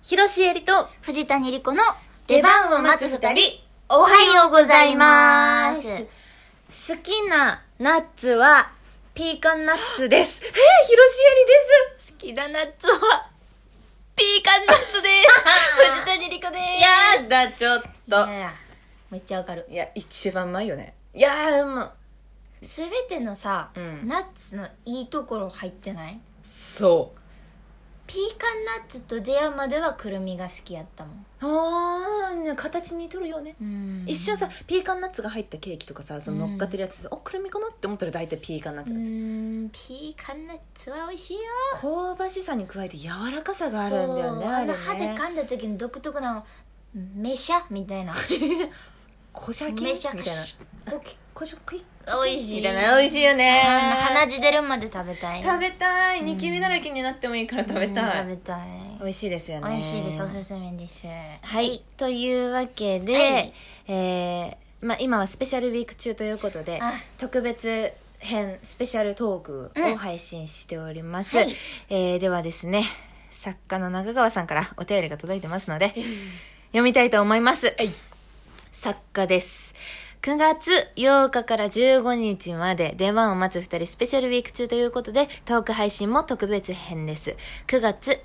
広瀬えりと藤谷莉子の出番を待つ二人、おはようございます。 好きなナッツはピーカンナッツです。広瀬えりです。 好きなナッツはピーカンナッツです藤谷莉子です。 いやーだ、ちょっとめっちゃわかる。 いや、一番うまいよね。いやー、もうすべてのさ、ナッツのいいところ入ってない？ そうピーカンナッツと出会うまではくるみが好きやったもん。 形似とるよね。 一一瞬さ、ピーカンナッツが入ったケーキとかさ、その乗っかってるやつで、くるみかなって思ったら大体ピーカンナッツです。 ピーカンナッツは美味しいよ。 香ばしさに加えて柔らかさがあるんだよね。 そう、 あれね、 歯で噛んだ時の独特なメシャみたいなコシャキメシャみたいなコシャクイ美味しいだね。美味しいよね。 鼻血出るまで食べたい。 食べたい。ニキビだらけになってもいいから食べたい。 食べたい。 美味しいですよね。 美味しいです。おすすめです。 はい。というわけで、今はスペシャルウィーク中ということで、特別編スペシャルトークを配信しております。ではですね、作家の中川さんからお便りが届いてますので、読みたいと思います。作家です。9月8日から15日まで出番を待つ2人スペシャルウィーク中ということで、トーク配信も特別編です。9月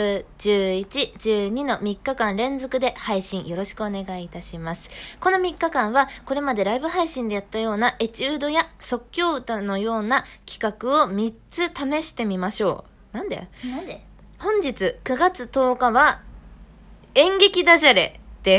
10、11、12の3日間連続で配信よろしくお願いいたします。この3日間はこれまでライブ配信でやったようなエチュードや即興歌のような企画を3つ試してみましょう。なんで本日9月10日は演劇ダジャレです。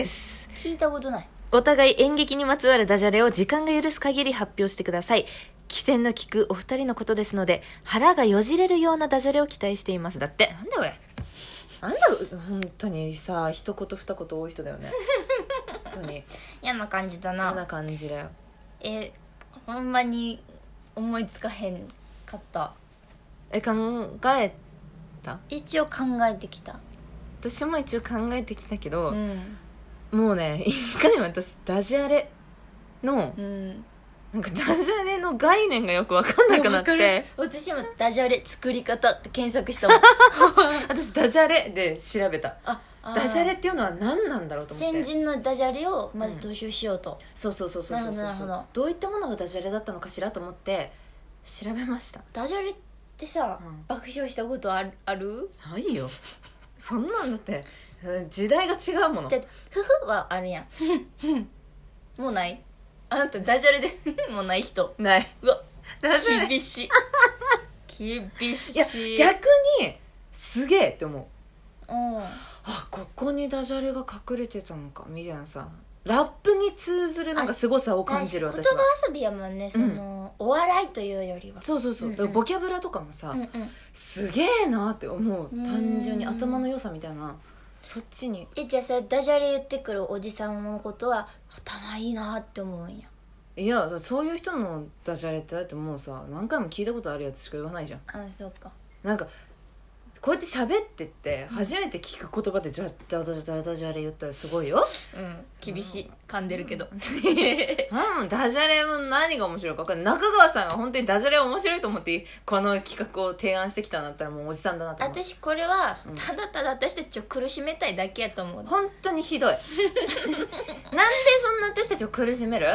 聞いたことない。 お互い演劇にまつわるダジャレを時間が許す限り発表してください。起点の利くお二人のことですので、腹がよじれるようなダジャレを期待しています。だって。なんだこれ。なんだ、本当にさ、一言二言多い人だよね。本当に。 嫌な感じだな。 嫌な感じだよ。 ほんまに思いつかへんかった。 考えた？ 一応考えてきた。 私も一応考えてきたけど、もうね、一回私ダジャレの、なんかダジャレの概念がよく分かんなくなって、 私もダジャレ作り方って検索したもん私ダジャレで調べた。ダジャレっていうのは何なんだろうと思って、 先人のダジャレをまず踏襲しようと、 そうどういったものがダジャレだったのかしらと思って調べました。 ダジャレってさ、爆笑したことある？ ないよそんなんだって時代が違うもの。 だってフフはあるやんもうない？あなたダジャレでもうない人ない。 うわ、 ダジャレ厳しい厳しい。 いや逆にすげえって思う。ここにダジャレが隠れてたのかみたいなさ、ラップに通ずるなんか凄さを感じる。私は言葉遊びやもんね、お笑いというよりは。 そう、ボキャブラとかもさ、すげえなって思う。単純に頭の良さみたいな、そっちに。 じゃあさ、ダジャレ言ってくるおじさんのことは頭いいなって思うんや。 いや、そういう人のダジャレってだってもうさ、何回も聞いたことあるやつしか言わないじゃん。 そうか。なんかこうやって喋ってって初めて聞く言葉でダジャレ言ったらすごいよ。 厳しい。噛んでるけどダジャレも何が面白いか分かんない。中川さんが本当にダジャレ面白いと思ってこの企画を提案してきたんだったらもうおじさんだなと思う。 私これはただただ私たちを苦しめたいだけやと思う。 本当にひどいなんでそんな私たちを苦しめる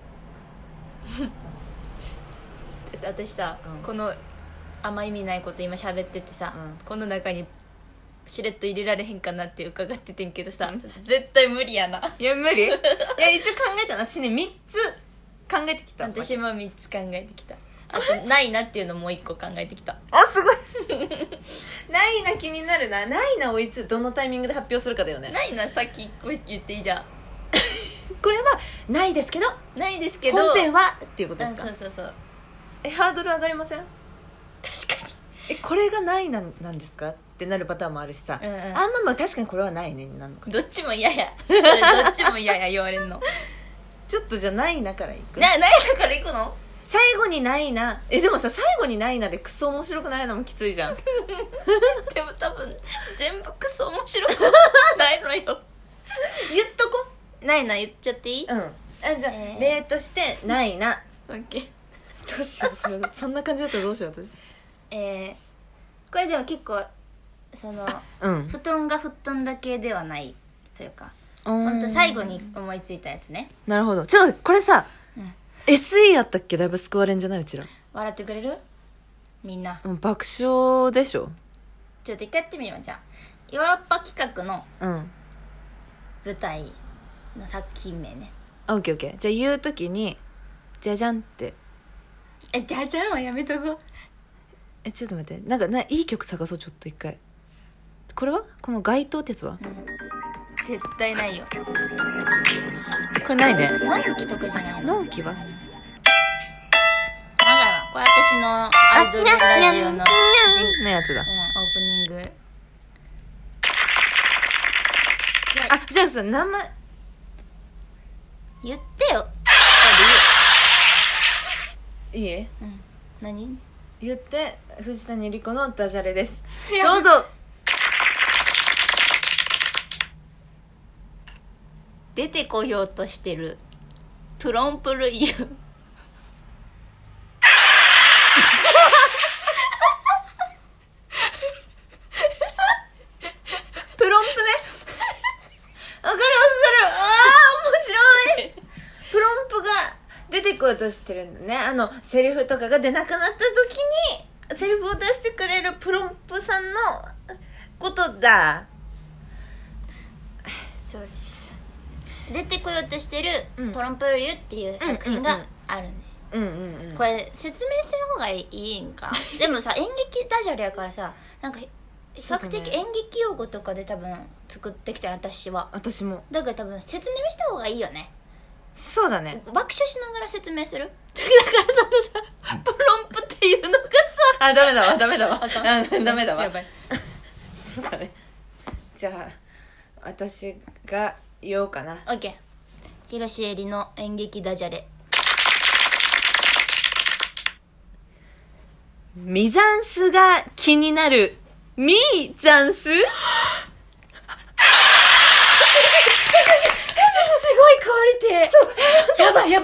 私さ、このあんま意味ないこと今喋っててさ、この中にしれっと入れられへんかなって伺っててんけどさ、絶対無理やな。 いや無理。いや一応考えたな。私ね3つ考えてきた。 私も3つ考えてきた。あとないなっていうのも1個考えてきた。 すごいないな、気になるな。ないなをいつどのタイミングで発表するかだよね。 ないな、さっき1個言っていいじゃんこれはないですけど本編はっていうことですか？ そうハードル上がりません？ 確かにこれがないなんですかってなるパターンもあるしさ、まあ確かにこれはないねになるのか。 どっちも嫌やそれどっちも嫌や言われんのちょっとじゃあないなからいく。 ないなからいくの？ 最後にないな。でもさ、最後にないなでクソ面白くないのもきついじゃんでも多分全部クソ面白くないのよ言っとこ。 ないな言っちゃっていい？ じゃあ、例としてないな。 オッケー。 どうしようそんな感じだったらどうしよう私。 これでも結構好その、 布団が吹っ飛んだ系ではないというか、ほんと最後に思いついたやつね。 なるほど。ちょっと待って、これさ、SE やったっけ？だいぶ救われんじゃない？うちら笑ってくれる？みんな爆笑でしょ。 ちょっと一回やってみよう。じゃあヨーロッパ企画の舞台の作品名ね。 オッケーオッケー。じゃあ言うときにじゃじゃんって。 じゃじゃんはやめとこう。 ちょっと待って、なんかいい曲探そう。ちょっと一回。これはこの街頭鉄は、 絶対ないよ。 これないね。 のんきとかじゃないの？ のんきは長いわ。これ私のアイドルラジオののやつだ。 オープニング。 じゃあさ、名前言ってよ。 いい？ 何？ 言って。藤谷莉子のダジャレです。 どどうぞ。 出てこようとしてるトロンプルイユ。 プロンプね。わかる。面白い。プロンプが出てこようとしてるんだね。セリフとかが出なくなった時にセリフを出してくれるプロンプさんのことだ。 そうです。出てこようとしてるトロンプルイユっていう作品があるんですよ。これ説明せん方がいいんか。でもさ、演劇ダジャレやからさ、なんか比較的演劇用語とかで多分作ってきた私は。 私も。 だから多分説明した方がいいよね。 そうだね。 爆笑しながら説明する。だからそのさ、プロンプっていうのがさ、 ダメだわダメだわ。 やばい。 そうだね。じゃあ私が言おうかな。 オッケー。広瀬えりの演劇ダジャレ。 ミザンスが気になるミーザンス。すごいクオリティ。やばいこ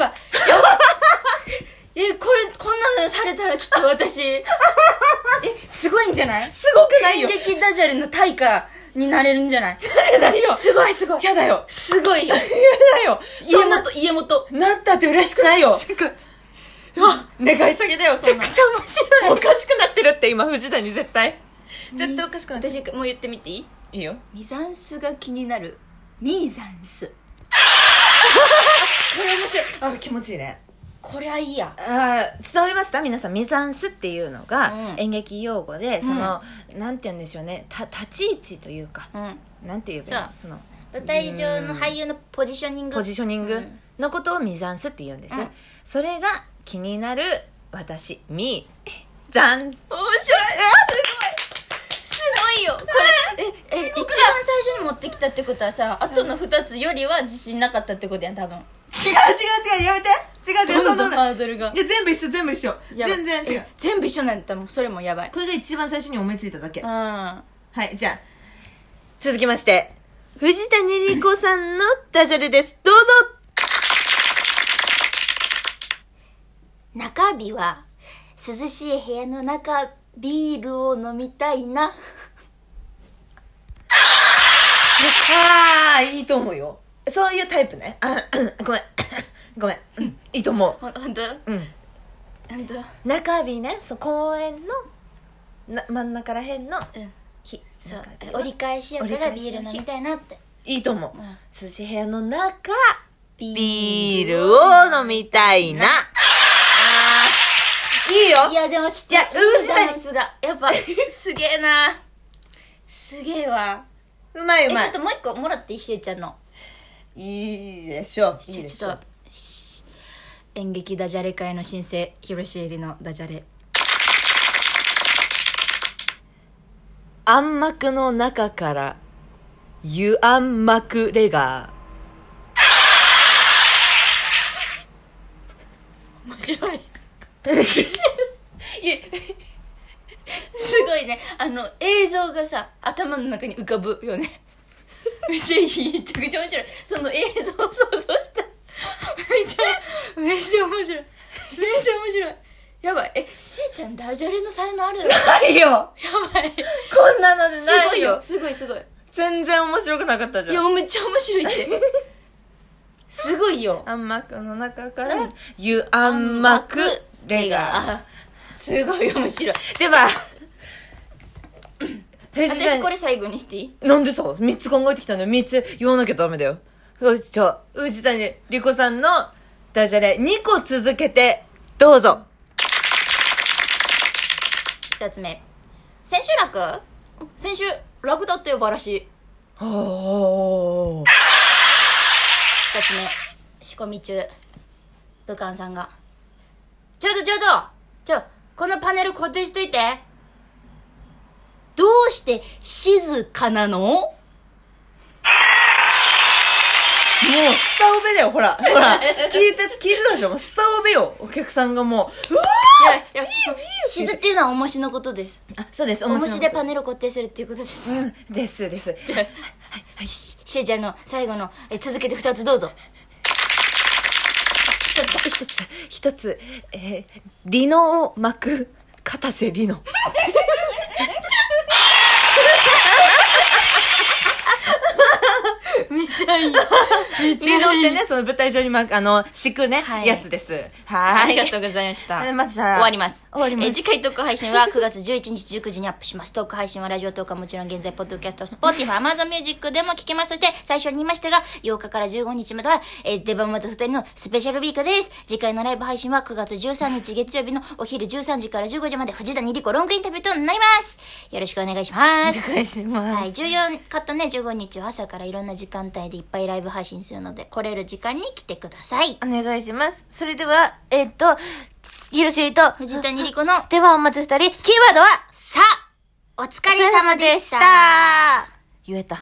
んなのされたらちょっと私すごいんじゃない？ すごくないよ。 演劇ダジャレの対価になれるんじゃない？ なれないよ。 すごいやだよ。 すごいよ。 やだよ。 家元なったって嬉しくないよ。 すごい。 願い下げだよ。 めちゃくちゃ面白い。 おかしくなってるって今藤谷絶対おかしくなってる。 私もう言ってみていい？ いいよ。 ミザンスが気になるミーザンス。これ面白い。 気持ちいいね。 こりゃいいや。 伝わりました皆さん？ミザンスっていうのが演劇用語で、そのなんて言うんでしょうね、立ち位置というか、なんて言えばいいの、その舞台上の俳優のポジショニングのことをミザンスって言うんです。それが気になる私ミーザン。面白い。 すごいよ。これ一番最初に持ってきたってことはさ、あとの2つよりは自信なかったってことやん、多分。 違うやめて。 どんどんハードルが。 いや全部一緒。全然違う。 全部一緒なんだったらもうそれもやばい。 これが一番最初に思いついただけ。 はい、 じゃあ続きまして藤谷莉子さんのダジャレです。どうぞ。 中日は涼しい部屋の中ビールを飲みたいな。 いいと思うよ。そういうタイプね。ごめん、いいと思う。 ほんと中日ね、公園の真ん中らへんの日、 そう折り返しやからビール飲みたいなって。 いいと思う。涼しい部屋の中ビールを飲みたいな。いいよ。 いやでも知ってる。ダンスがやっぱすげえな。すげえわ。 うまい。 ちょっともう一個もらっていい？しえちゃんの。 いいでしょう。 ちょっと演劇ダジャレ界の新星広瀬えりのダジャレ。 暗幕の中から湯暗幕レガー。面白い。すごいね。映像がさ頭の中に浮かぶよね。めちゃくちゃ面白い。その映像を想像した。めちゃ面白い。 やばい。しえちゃんダジャレの才能あるよ。 ないよ。やばい。 こんなのでないよ。 すごいよ。すごい。 全然面白くなかったじゃん。 いや、めっちゃ面白いって。すごいよ。 暗幕の中から、ゆ暗幕レガ。 すごい面白い。 では、 私これ最後にしていい？ なんでさ、3つ考えてきたんだよ。3つ言わなきゃダメだよ。じゃあ、藤谷莉子さんのダジャレ2個続けて、どうぞ。 1つ目。千秋楽？先週、楽だったよ、バラシ。 おー。2 つ目。仕込み中。武漢さんが。ちょっと、このパネル固定しといて。どうして静かなの？もうスタオベだよ、ほら。聞いてたでしょ、もうスタオベよ。お客さんがもう、うわーいや、静っていうのは重しのことです。 あ、そうです、 重しでパネル固定するっていうことです。 うん、です。 じゃあ、はい、しえちゃんの最後の、続けて2つどうぞ。 一つ、リノを巻く、片瀬リノ。 めっちゃいい。 リノってね、その舞台上に巻く、敷くね、はい、やつです。 ありがとうございました。 まず終わります。次回トーク配信は9月11日19時にアップします。トーク配信はラジオトークはもちろん現在、ポッドキャスト、Spotify、Amazon Music でも聞けます。そして、最初に言いましたが、8日から15日までは、出番待つ2人のスペシャルウィークです。次回のライブ配信は9月13日月曜日のお昼13時から15時まで、藤谷莉子ロングインタビューとなります。よろしくお願いします。 お願いします。 はい、14カットね、15日は朝からいろんな時間帯でいっぱいライブ配信するので、来れる時間に来てください。 お願いします。それでは、ひろしりと藤谷莉子の出番を待つ2人、キーワードは、 さ、お疲れ様でした。 言えた。